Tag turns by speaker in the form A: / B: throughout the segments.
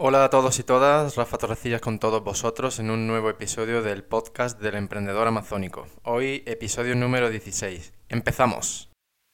A: Hola a todos y todas, Rafa Torrecillas con todos vosotros en un nuevo episodio del podcast del emprendedor amazónico. Hoy episodio número 16. ¡Empezamos!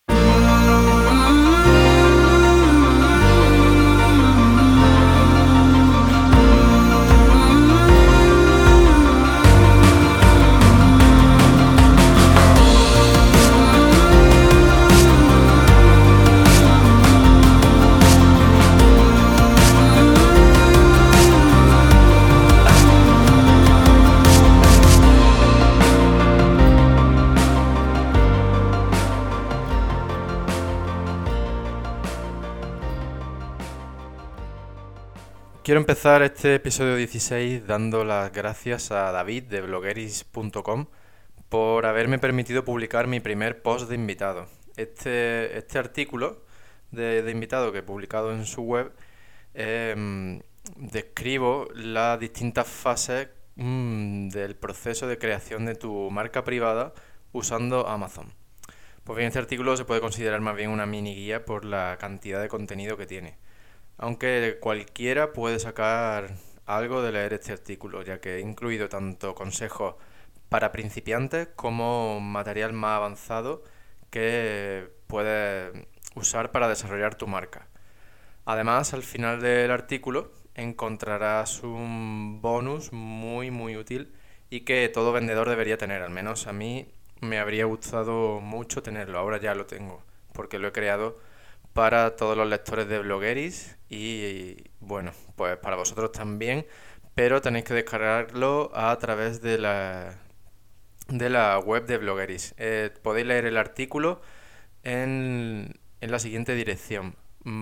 A: Quiero empezar este episodio 16 dando las gracias a David de blogueris.com por haberme permitido publicar mi primer post de invitado. Este artículo de invitado que he publicado en su web describo las distintas fases del proceso de creación de tu marca privada usando Amazon. Pues bien, este artículo se puede considerar más bien una mini guía por la cantidad de contenido que tiene. Aunque cualquiera puede sacar algo de leer este artículo, ya que he incluido tanto consejos para principiantes como material más avanzado que puedes usar para desarrollar tu marca. Además, al final del artículo encontrarás un bonus muy útil y que todo vendedor debería tener. Al menos a mí me habría gustado mucho tenerlo. Ahora ya lo tengo porque lo he creado para todos los lectores de Blogueris y bueno, pues para vosotros también, pero tenéis que descargarlo a través de la web de Blogueris. Podéis leer el artículo en la siguiente dirección: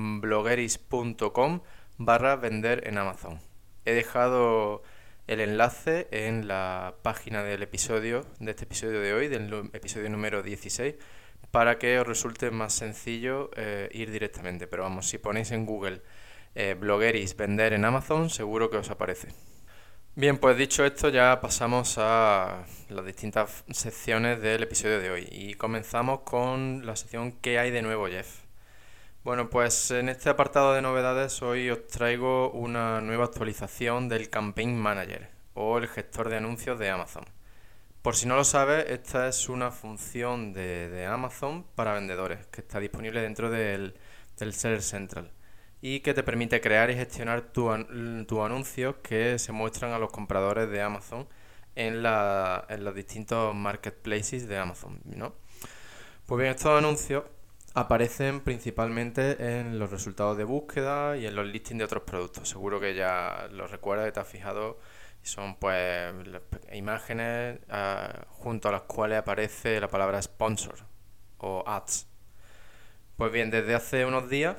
A: blogueris.com/vender en Amazon. He dejado el enlace en la página del episodio, de este episodio de hoy, del episodio número 16, para que os resulte más sencillo ir directamente. Pero vamos, si ponéis en Google Blogueris vender en Amazon, seguro que os aparece. Bien, pues dicho esto, ya pasamos a las distintas secciones del episodio de hoy y comenzamos con la sección ¿Qué hay de nuevo, Jeff? Bueno, pues en este apartado de novedades hoy os traigo una nueva actualización del Campaign Manager o el gestor de anuncios de Amazon. Por si no lo sabes, esta es una función de Amazon para vendedores que está disponible dentro del Seller Central y que te permite crear y gestionar tus anuncios que se muestran a los compradores de Amazon en los distintos marketplaces de Amazon, ¿no? Pues bien, estos anuncios aparecen principalmente en los resultados de búsqueda y en los listings de otros productos. Seguro que ya los recuerdas y te has fijado. Son pues imágenes junto a las cuales aparece la palabra sponsor o ads. Pues bien, desde hace unos días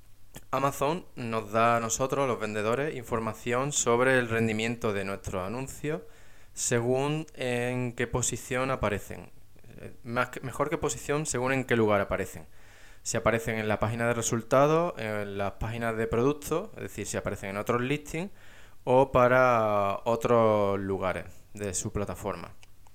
A: Amazon nos da a nosotros, los vendedores, información sobre el rendimiento de nuestros anuncios según en qué posición aparecen. Mejor que posición, según en qué lugar aparecen. Si aparecen en la página de resultados, en las páginas de productos, es decir, si aparecen en otros listings o para otros lugares de su plataforma.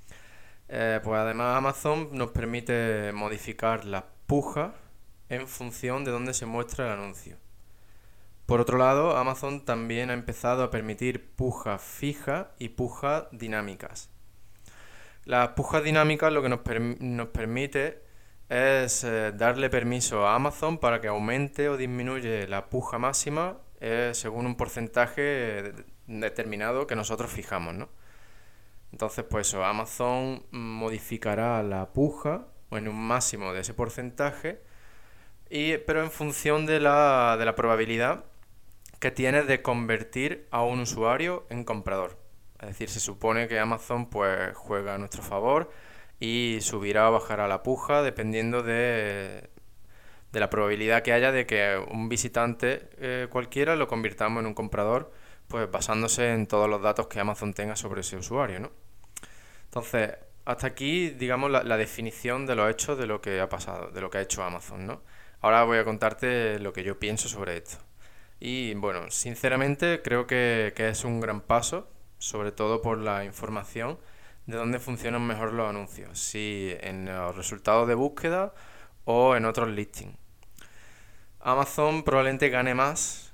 A: Pues además Amazon nos permite modificar las pujas en función de dónde se muestra el anuncio. Por otro lado, Amazon también ha empezado a permitir pujas fijas y pujas dinámicas. Las pujas dinámicas lo que nos permite es darle permiso a Amazon para que aumente o disminuya la puja máxima según un porcentaje determinado que nosotros fijamos, ¿no? Entonces, pues eso, Amazon modificará la puja en un máximo de ese porcentaje, pero en función de la probabilidad que tienes de convertir a un usuario en comprador. Es decir, se supone que Amazon pues juega a nuestro favor y subirá o bajará la puja dependiendo de la probabilidad que haya de que un visitante cualquiera lo convirtamos en un comprador, pues basándose en todos los datos que Amazon tenga sobre ese usuario, ¿no? Entonces, hasta aquí, digamos, la definición de los hechos de lo que ha pasado, de lo que ha hecho Amazon, ¿no? Ahora voy a contarte lo que yo pienso sobre esto. Y bueno, sinceramente creo que es un gran paso, sobre todo por la información de dónde funcionan mejor los anuncios, si en los resultados de búsqueda o en otros listings. Amazon probablemente gane más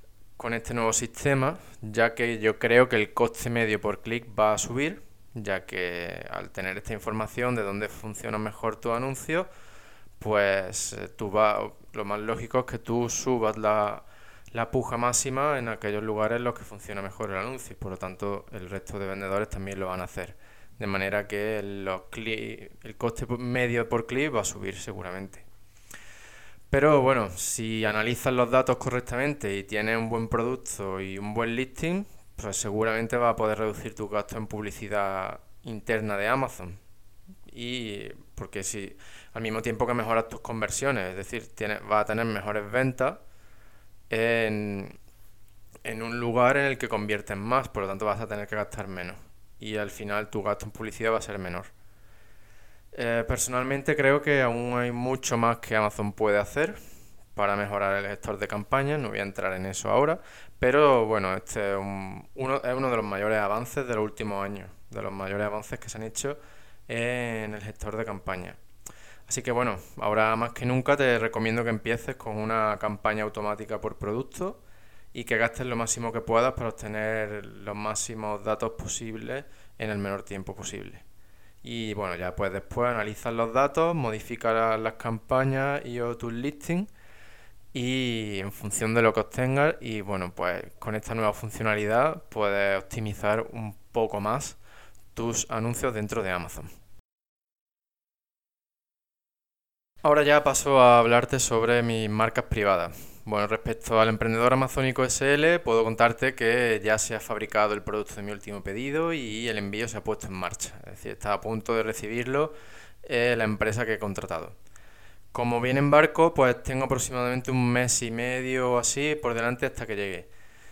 A: con este nuevo sistema, ya que yo creo que el coste medio por clic va a subir, ya que al tener esta información de dónde funciona mejor tu anuncio, pues lo más lógico es que tú subas la puja máxima en aquellos lugares en los que funciona mejor el anuncio y por lo tanto el resto de vendedores también lo van a hacer. De manera que el coste medio por clic va a subir seguramente. Pero bueno, si analizas los datos correctamente y tienes un buen producto y un buen listing, pues seguramente vas a poder reducir tus gastos en publicidad interna de Amazon. Y porque si al mismo tiempo que mejoras tus conversiones, es decir, vas a tener mejores ventas en, en un lugar en el que conviertes más, por lo tanto vas a tener que gastar menos. Y al final tu gasto en publicidad va a ser menor. Personalmente creo que aún hay mucho más que Amazon puede hacer para mejorar el gestor de campañas, no voy a entrar en eso ahora, pero bueno, este es uno de los mayores avances de los últimos años, de los mayores avances que se han hecho en el gestor de campañas. Así que bueno, ahora más que nunca te recomiendo que empieces con una campaña automática por producto y que gastes lo máximo que puedas para obtener los máximos datos posibles en el menor tiempo posible. Y bueno, ya pues después analizas los datos, modificas las campañas y o tus listings y en función de lo que obtengas y bueno, pues con esta nueva funcionalidad puedes optimizar un poco más tus anuncios dentro de Amazon. Ahora ya paso a hablarte sobre mis marcas privadas. Bueno, respecto al emprendedor amazónico SL, puedo contarte que ya se ha fabricado el producto de mi último pedido y el envío se ha puesto en marcha. Es decir, está a punto de recibirlo la empresa que he contratado. Como viene en barco, pues tengo aproximadamente un mes y medio o así por delante hasta que llegue.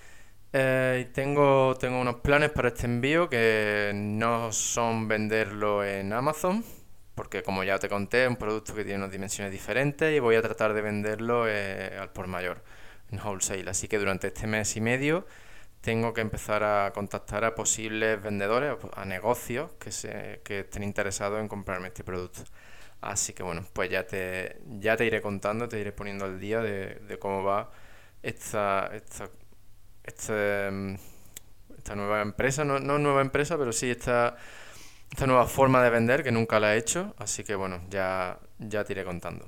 A: Tengo unos planes para este envío que no son venderlo en Amazon, porque como ya te conté, es un producto que tiene unas dimensiones diferentes y voy a tratar de venderlo al por mayor, en wholesale. Así que durante este mes y medio tengo que empezar a contactar a posibles vendedores, a negocios que estén interesados en comprarme este producto. Así que bueno, pues ya te iré contando, te iré poniendo al día de cómo va este, mm, esta nueva empresa, no nueva empresa, pero sí esta nueva forma de vender que nunca la he hecho, así que bueno, ya te iré contando.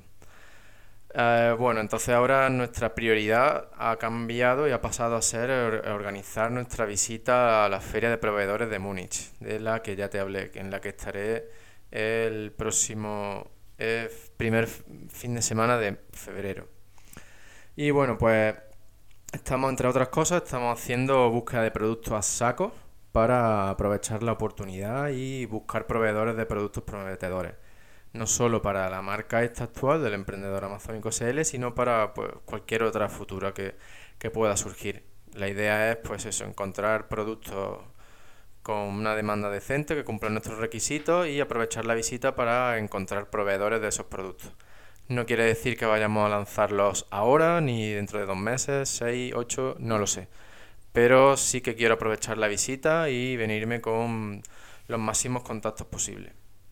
A: Bueno, entonces ahora nuestra prioridad ha cambiado y ha pasado a ser organizar nuestra visita a la Feria de Proveedores de Múnich, de la que ya te hablé, en la que estaré el próximo primer fin de semana de febrero. Y bueno, pues entre otras cosas, estamos haciendo búsqueda de productos a saco para aprovechar la oportunidad y buscar proveedores de productos prometedores. No solo para la marca esta actual del emprendedor amazónico SL, sino para pues, cualquier otra futura que pueda surgir. La idea es pues eso, encontrar productos con una demanda decente que cumplan nuestros requisitos y aprovechar la visita para encontrar proveedores de esos productos. No quiere decir que vayamos a lanzarlos ahora, ni dentro de 2 meses, 6, 8, no lo sé. Pero sí que quiero aprovechar la visita y venirme con los máximos contactos posibles.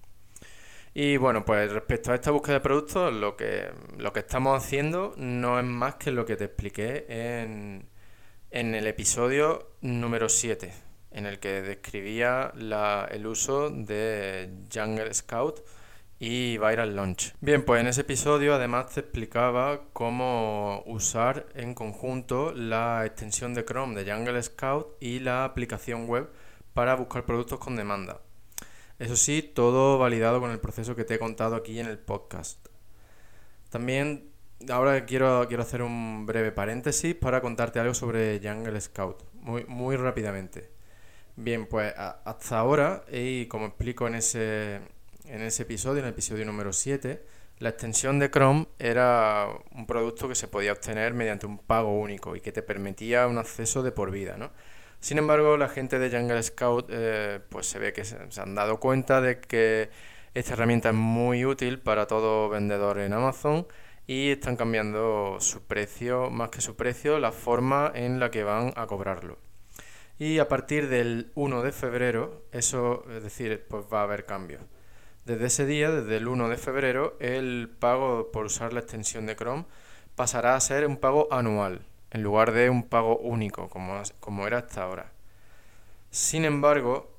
A: Y bueno, pues respecto a esta búsqueda de productos, lo que estamos haciendo no es más que lo que te expliqué en el episodio número 7, en el que describía el uso de Jungle Scout y Viral Launch. Bien, pues en ese episodio además te explicaba cómo usar en conjunto la extensión de Chrome de Jungle Scout y la aplicación web para buscar productos con demanda. Eso sí, todo validado con el proceso que te he contado aquí en el podcast. También ahora quiero hacer un breve paréntesis para contarte algo sobre Jungle Scout, muy rápidamente. Bien, pues hasta ahora, y como explico en ese episodio, en el episodio número 7, la extensión de Chrome era un producto que se podía obtener mediante un pago único y que te permitía un acceso de por vida, ¿no? Sin embargo, la gente de Jungle Scout pues se ve que se han dado cuenta de que esta herramienta es muy útil para todo vendedor en Amazon y están cambiando su precio, más que su precio, la forma en la que van a cobrarlo. Y a partir del 1 de febrero, eso, es decir, pues va a haber cambios. Desde ese día, desde el 1 de febrero, el pago por usar la extensión de Chrome pasará a ser un pago anual. en lugar de un pago único, como era hasta ahora. Sin embargo,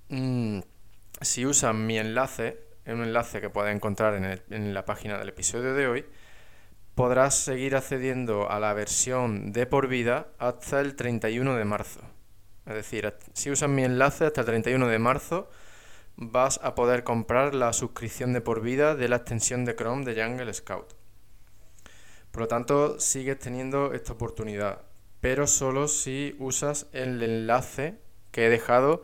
A: si usas mi enlace, un enlace que puedes encontrar en la página del episodio de hoy, podrás seguir accediendo a la versión de por vida hasta el 31 de marzo. Es decir, si usas mi enlace hasta el 31 de marzo, vas a poder comprar la suscripción de por vida de la extensión de Chrome de Jungle Scout. Por lo tanto, sigues teniendo esta oportunidad, pero solo si usas el enlace que he dejado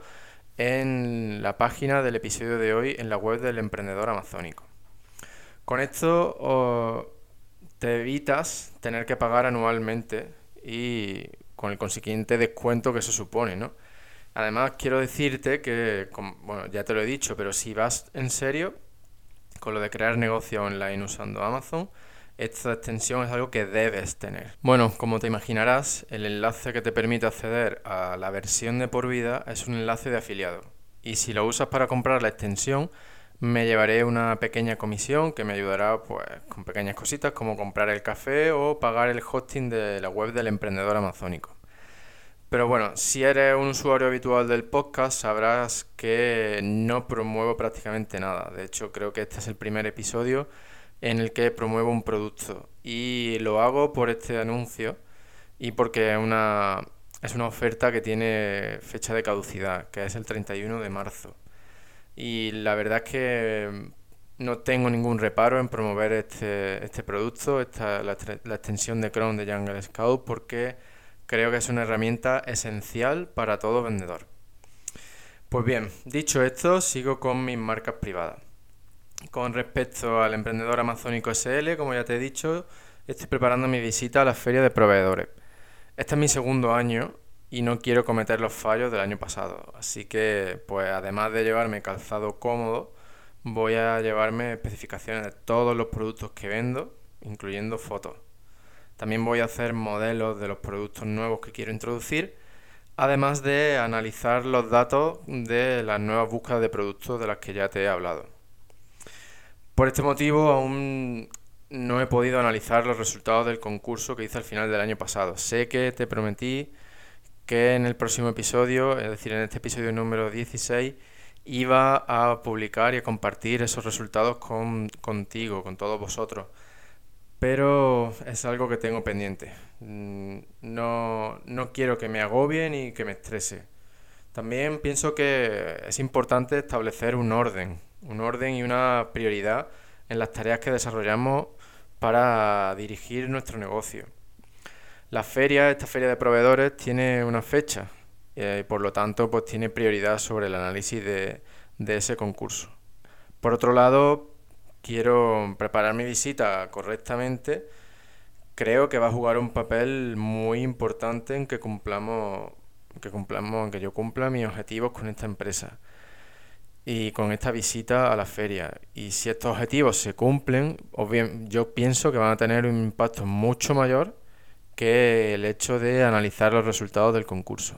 A: en la página del episodio de hoy en la web del emprendedor amazónico. Con esto te evitas tener que pagar anualmente y con el consiguiente descuento que eso supone, ¿no? Además, quiero decirte que, bueno, ya te lo he dicho, pero si vas en serio con lo de crear negocio online usando Amazon, esta extensión es algo que debes tener. Bueno, como te imaginarás, el enlace que te permite acceder a la versión de por vida es un enlace de afiliado. Y si lo usas para comprar la extensión, me llevaré una pequeña comisión que me ayudará pues con pequeñas cositas como comprar el café o pagar el hosting de la web del emprendedor amazónico. Pero bueno, si eres un usuario habitual del podcast sabrás que no promuevo prácticamente nada. De hecho, creo que este es el primer episodio en el que promuevo un producto y lo hago por este anuncio y porque es una oferta que tiene fecha de caducidad, que es el 31 de marzo. Y la verdad es que no tengo ningún reparo en promover este producto, la extensión de Chrome de Jungle Scout, porque creo que es una herramienta esencial para todo vendedor. Pues bien, dicho esto, sigo con mis marcas privadas. Con respecto al emprendedor amazónico SL, como ya te he dicho, estoy preparando mi visita a la feria de proveedores. Este es mi segundo año y no quiero cometer los fallos del año pasado. Así que, pues además de llevarme calzado cómodo, voy a llevarme especificaciones de todos los productos que vendo, incluyendo fotos. También voy a hacer modelos de los productos nuevos que quiero introducir, además de analizar los datos de las nuevas búsquedas de productos de las que ya te he hablado. Por este motivo, aún no he podido analizar los resultados del concurso que hice al final del año pasado. Sé que te prometí que en el próximo episodio, es decir, en este episodio número 16, iba a publicar y a compartir esos resultados contigo, con todos vosotros. Pero es algo que tengo pendiente. No quiero que me agobie ni que me estrese. También pienso que es importante establecer un orden y una prioridad en las tareas que desarrollamos para dirigir nuestro negocio. Esta feria de proveedores, tiene una fecha y por lo tanto pues tiene prioridad sobre el análisis de ese concurso. Por otro lado, quiero preparar mi visita correctamente. Creo que va a jugar un papel muy importante en que yo cumpla mis objetivos con esta empresa y con esta visita a la feria. Y si estos objetivos se cumplen, yo pienso que van a tener un impacto mucho mayor que el hecho de analizar los resultados del concurso.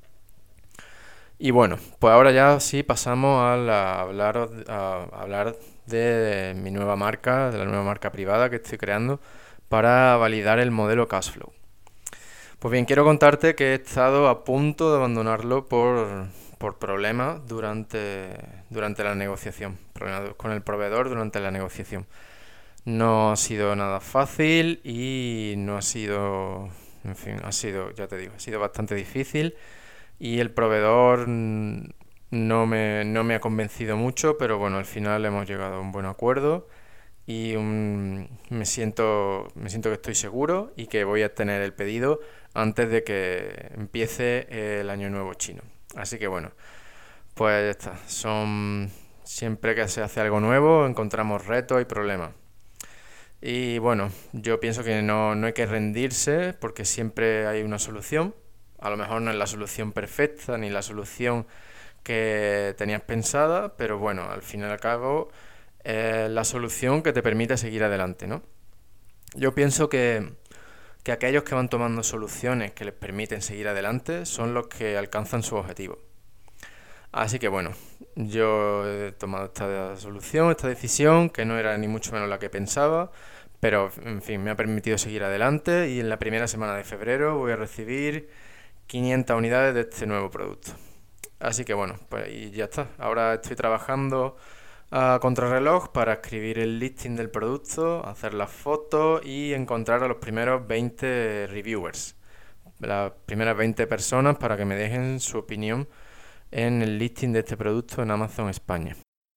A: Y bueno, pues ahora ya sí pasamos a hablar de mi nueva marca, de la nueva marca privada que estoy creando para validar el modelo Cashflow. Pues bien, quiero contarte que he estado a punto de abandonarlo por problemas durante la negociación, problemas con el proveedor durante la negociación. No ha sido nada fácil y no ha sido, en fin, ya te digo, ha sido bastante difícil y el proveedor no me ha convencido mucho, pero bueno, al final hemos llegado a un buen acuerdo y me siento que estoy seguro y que voy a tener el pedido antes de que empiece el año nuevo chino. Así que bueno, pues ya está. Siempre que se hace algo nuevo encontramos retos y problemas. Y bueno, yo pienso que no hay que rendirse porque siempre hay una solución. A lo mejor no es la solución perfecta ni la solución que tenías pensada, pero bueno, al fin y al cabo es la solución que te permite seguir adelante, ¿no? Yo pienso que aquellos que van tomando soluciones que les permiten seguir adelante son los que alcanzan su objetivo. Así que bueno, yo he tomado esta decisión, que no era ni mucho menos la que pensaba, Pero, en fin, me ha permitido seguir adelante y en la primera semana de febrero voy a recibir 500 unidades de este nuevo producto. Así que bueno, pues y ya está. Ahora estoy trabajando a contrarreloj para escribir el listing del producto, hacer las fotos y encontrar a los primeros 20 reviewers, las primeras 20 personas para que me dejen su opinión en el listing de este producto en Amazon España.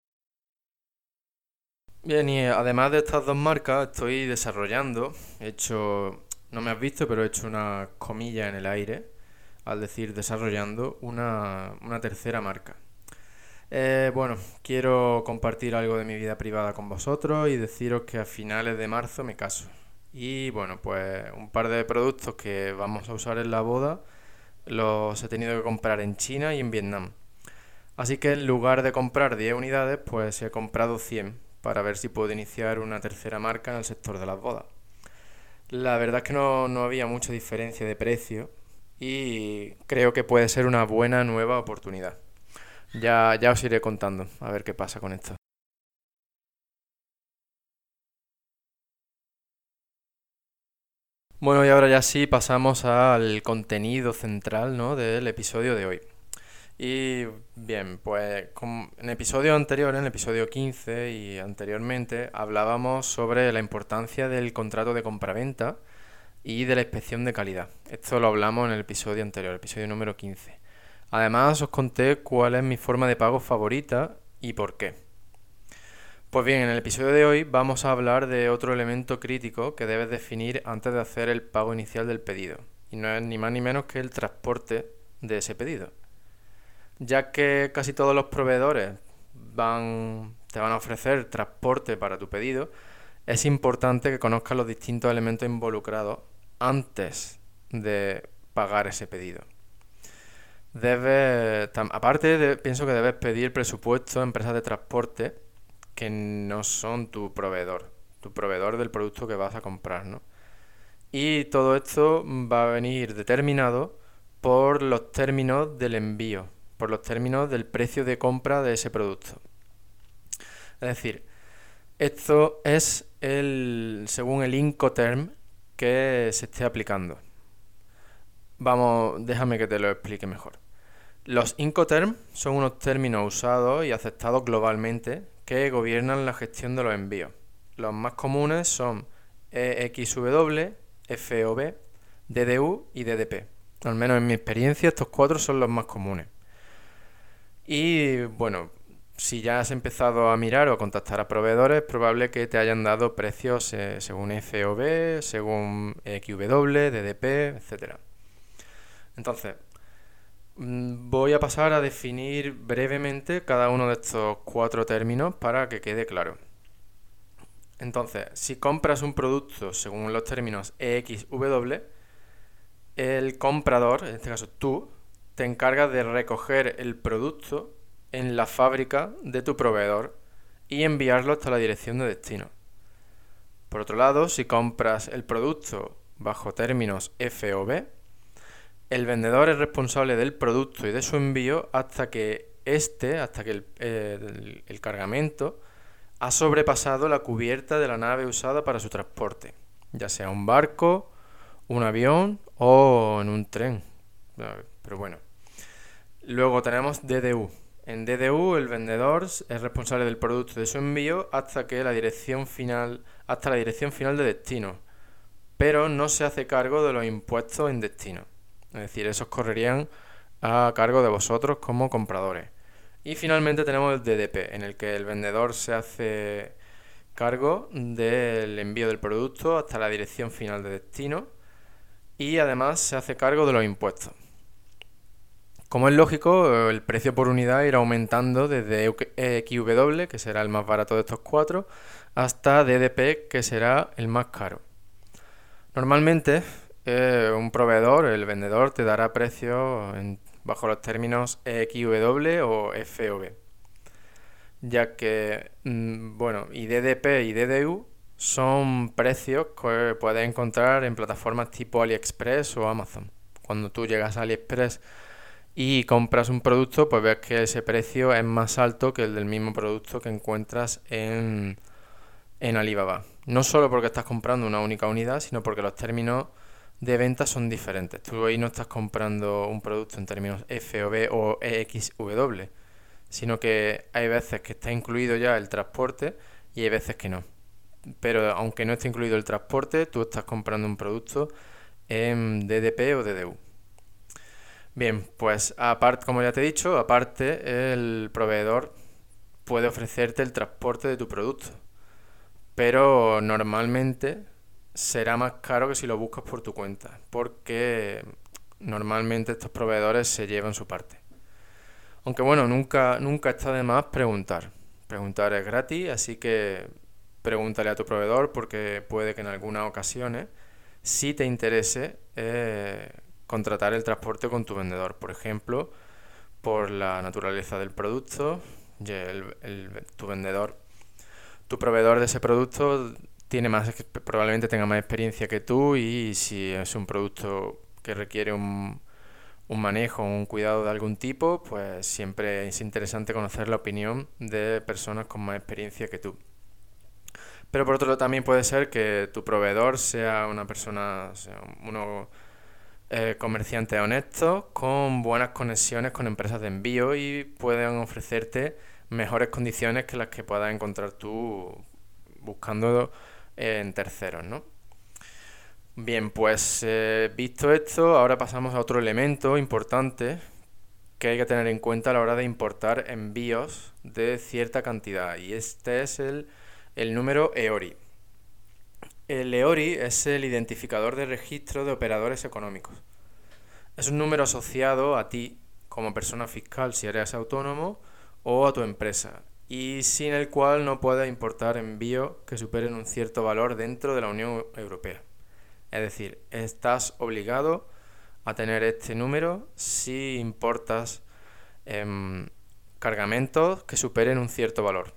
A: Bien, y además de estas dos marcas, estoy desarrollando, no me has visto, pero he hecho una comilla en el aire al decir desarrollando una tercera marca. Bueno, quiero compartir algo de mi vida privada con vosotros y deciros que a finales de marzo me caso. Y bueno, pues un par de productos que vamos a usar en la boda los he tenido que comprar en China y en Vietnam. Así que en lugar de comprar 10 unidades, pues he comprado 100 para ver si puedo iniciar una tercera marca en el sector de las bodas. La verdad es que no había mucha diferencia de precio y creo que puede ser una buena nueva oportunidad. Ya os iré contando a ver qué pasa con esto. Bueno, y ahora ya sí pasamos al contenido central, ¿no?, del episodio de hoy. Y bien, pues en episodio anterior, en el episodio 15 y anteriormente, hablábamos sobre la importancia del contrato de compraventa y de la inspección de calidad. Esto lo hablamos en el episodio anterior, episodio número 15. Además, os conté cuál es mi forma de pago favorita y por qué. Pues bien, en el episodio de hoy vamos a hablar de otro elemento crítico que debes definir antes de hacer el pago inicial del pedido. Y no es ni más ni menos que el transporte de ese pedido. Ya que casi todos los proveedores te van a ofrecer transporte para tu pedido, es importante que conozcas los distintos elementos involucrados antes de pagar ese pedido. Pienso que debes pedir presupuesto a empresas de transporte que no son tu proveedor del producto que vas a comprar, ¿no? Y todo esto va a venir determinado por los términos del envío, por los términos del precio de compra de ese producto. Es decir, esto es según el Incoterm que se esté aplicando. Déjame que te lo explique mejor. Los Incoterm son unos términos usados y aceptados globalmente que gobiernan la gestión de los envíos. Los más comunes son EXW, FOB, DDU y DDP. Al menos en mi experiencia estos cuatro son los más comunes. Y bueno, si ya has empezado a mirar o a contactar a proveedores, es probable que te hayan dado precios según FOB, según EXW, DDP, etc. Entonces, voy a pasar a definir brevemente cada uno de estos cuatro términos para que quede claro. Entonces, si compras un producto según los términos EXW, el comprador, en este caso tú, te encargas de recoger el producto en la fábrica de tu proveedor y enviarlo hasta la dirección de destino. Por otro lado, si compras el producto bajo términos FOB, el vendedor es responsable del producto y de su envío hasta que el cargamento ha sobrepasado la cubierta de la nave usada para su transporte, ya sea un barco, un avión o en un tren. Pero bueno. Luego tenemos DDU. En DDU el vendedor es responsable del producto y de su envío hasta la dirección final de destino, pero no se hace cargo de los impuestos en destino. Es decir, esos correrían a cargo de vosotros como compradores. Y finalmente tenemos el DDP, en el que el vendedor se hace cargo del envío del producto hasta la dirección final de destino y además se hace cargo de los impuestos. Como es lógico, el precio por unidad irá aumentando desde EXW, que será el más barato de estos cuatro, hasta DDP, que será el más caro. Normalmente, un proveedor, el vendedor, te dará precios bajo los términos EXW o FOB, ya que, y DDP y DDU son precios que puedes encontrar en plataformas tipo AliExpress o Amazon. Cuando tú llegas a AliExpress y compras un producto, pues ves que ese precio es más alto que el del mismo producto que encuentras en en Alibaba. No solo porque estás comprando una única unidad, sino porque los términos de venta son diferentes. Tú ahí no estás comprando un producto en términos FOB o EXW, sino que hay veces que está incluido ya el transporte y hay veces que no. Pero aunque no esté incluido el transporte, tú estás comprando un producto en DDP o DDU. Bien, pues aparte, como ya te he dicho, aparte el proveedor puede ofrecerte el transporte de tu producto, pero normalmente será más caro que si lo buscas por tu cuenta, porque normalmente estos proveedores se llevan su parte. Aunque bueno, nunca está de más preguntar. Preguntar es gratis, así que pregúntale a tu proveedor porque puede que en algunas ocasiones sí te interese contratar el transporte con tu vendedor. Por ejemplo, por la naturaleza del producto, tu vendedor, tu proveedor de ese producto probablemente tenga más experiencia que tú, y si es un producto que requiere un manejo o un cuidado de algún tipo, pues siempre es interesante conocer la opinión de personas con más experiencia que tú. Pero por otro lado también puede ser que tu proveedor sea una persona, sea uno comerciantes honestos con buenas conexiones con empresas de envío y pueden ofrecerte mejores condiciones que las que puedas encontrar tú buscando en terceros, ¿no? Bien, pues visto esto, ahora pasamos a otro elemento importante que hay que tener en cuenta a la hora de importar envíos de cierta cantidad, y este es el número EORI. El EORI es el identificador de registro de operadores económicos. Es un número asociado a ti como persona fiscal si eres autónomo o a tu empresa, y sin el cual no puedes importar envíos que superen un cierto valor dentro de la Unión Europea. Es decir, estás obligado a tener este número si importas cargamentos que superen un cierto valor.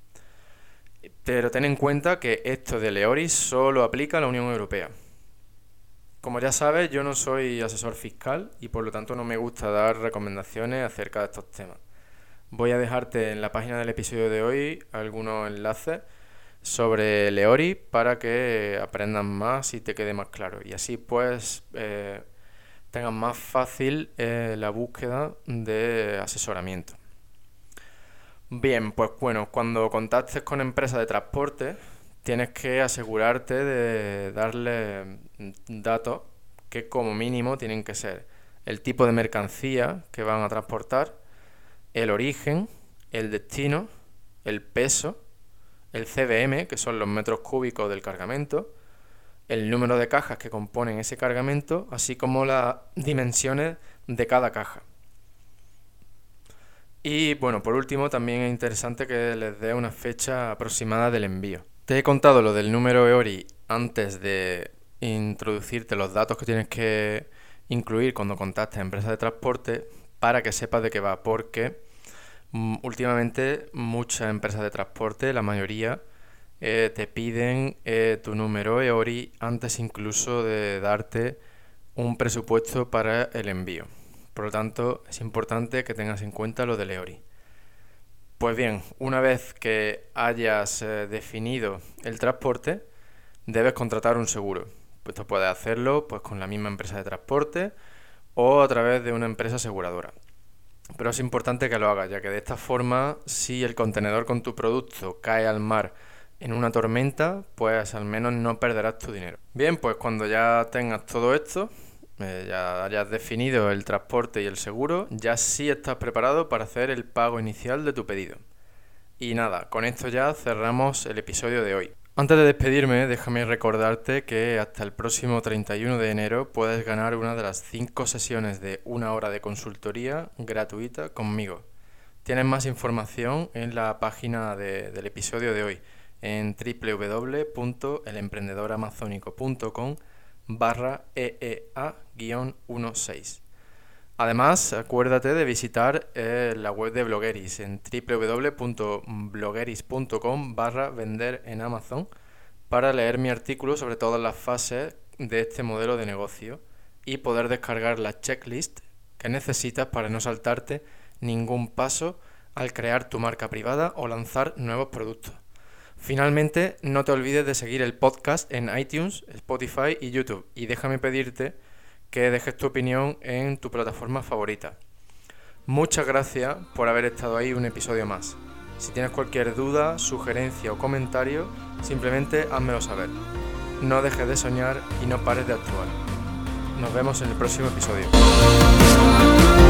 A: Pero ten en cuenta que esto de EORI solo aplica a la Unión Europea. Como ya sabes, yo no soy asesor fiscal y por lo tanto no me gusta dar recomendaciones acerca de estos temas. Voy a dejarte en la página del episodio de hoy algunos enlaces sobre el EORI para que aprendas más y te quede más claro. Y así pues tengas más fácil la búsqueda de asesoramiento. Bien, pues bueno, cuando contactes con empresas de transporte, tienes que asegurarte de darle datos que como mínimo tienen que ser el tipo de mercancía que van a transportar, el origen, el destino, el peso, el CBM, que son los metros cúbicos del cargamento, el número de cajas que componen ese cargamento, así como las dimensiones de cada caja. Y bueno, por último, también es interesante que les dé una fecha aproximada del envío. Te he contado lo del número EORI antes de introducirte los datos que tienes que incluir cuando contactes a empresas de transporte para que sepas de qué va, porque últimamente muchas empresas de transporte, la mayoría, te piden tu número EORI antes incluso de darte un presupuesto para el envío. Por lo tanto, es importante que tengas en cuenta lo del EORI. Pues bien, una vez que hayas definido el transporte, debes contratar un seguro. Pues tú puedes hacerlo pues con la misma empresa de transporte o a través de una empresa aseguradora. Pero es importante que lo hagas, ya que de esta forma, si el contenedor con tu producto cae al mar en una tormenta, pues al menos no perderás tu dinero. Bien, pues cuando ya tengas todo esto, ya hayas definido el transporte y el seguro, ya sí estás preparado para hacer el pago inicial de tu pedido. Y nada, con esto ya cerramos el episodio de hoy. Antes de despedirme, déjame recordarte que hasta el próximo 31 de enero puedes ganar una de las 5 sesiones de 1 hora de consultoría gratuita conmigo. Tienes más información en la página del episodio de hoy, en www.eleemprendedor-amazónico.com/EEA-16. Además, acuérdate de visitar la web de Blogueris en www.blogueris.com/vender en Amazon para leer mi artículo sobre todas las fases de este modelo de negocio y poder descargar la checklist que necesitas para no saltarte ningún paso al crear tu marca privada o lanzar nuevos productos. Finalmente, no te olvides de seguir el podcast en iTunes, Spotify y YouTube. Y déjame pedirte que dejes tu opinión en tu plataforma favorita. Muchas gracias por haber estado ahí un episodio más. Si tienes cualquier duda, sugerencia o comentario, simplemente házmelo saber. No dejes de soñar y no pares de actuar. Nos vemos en el próximo episodio.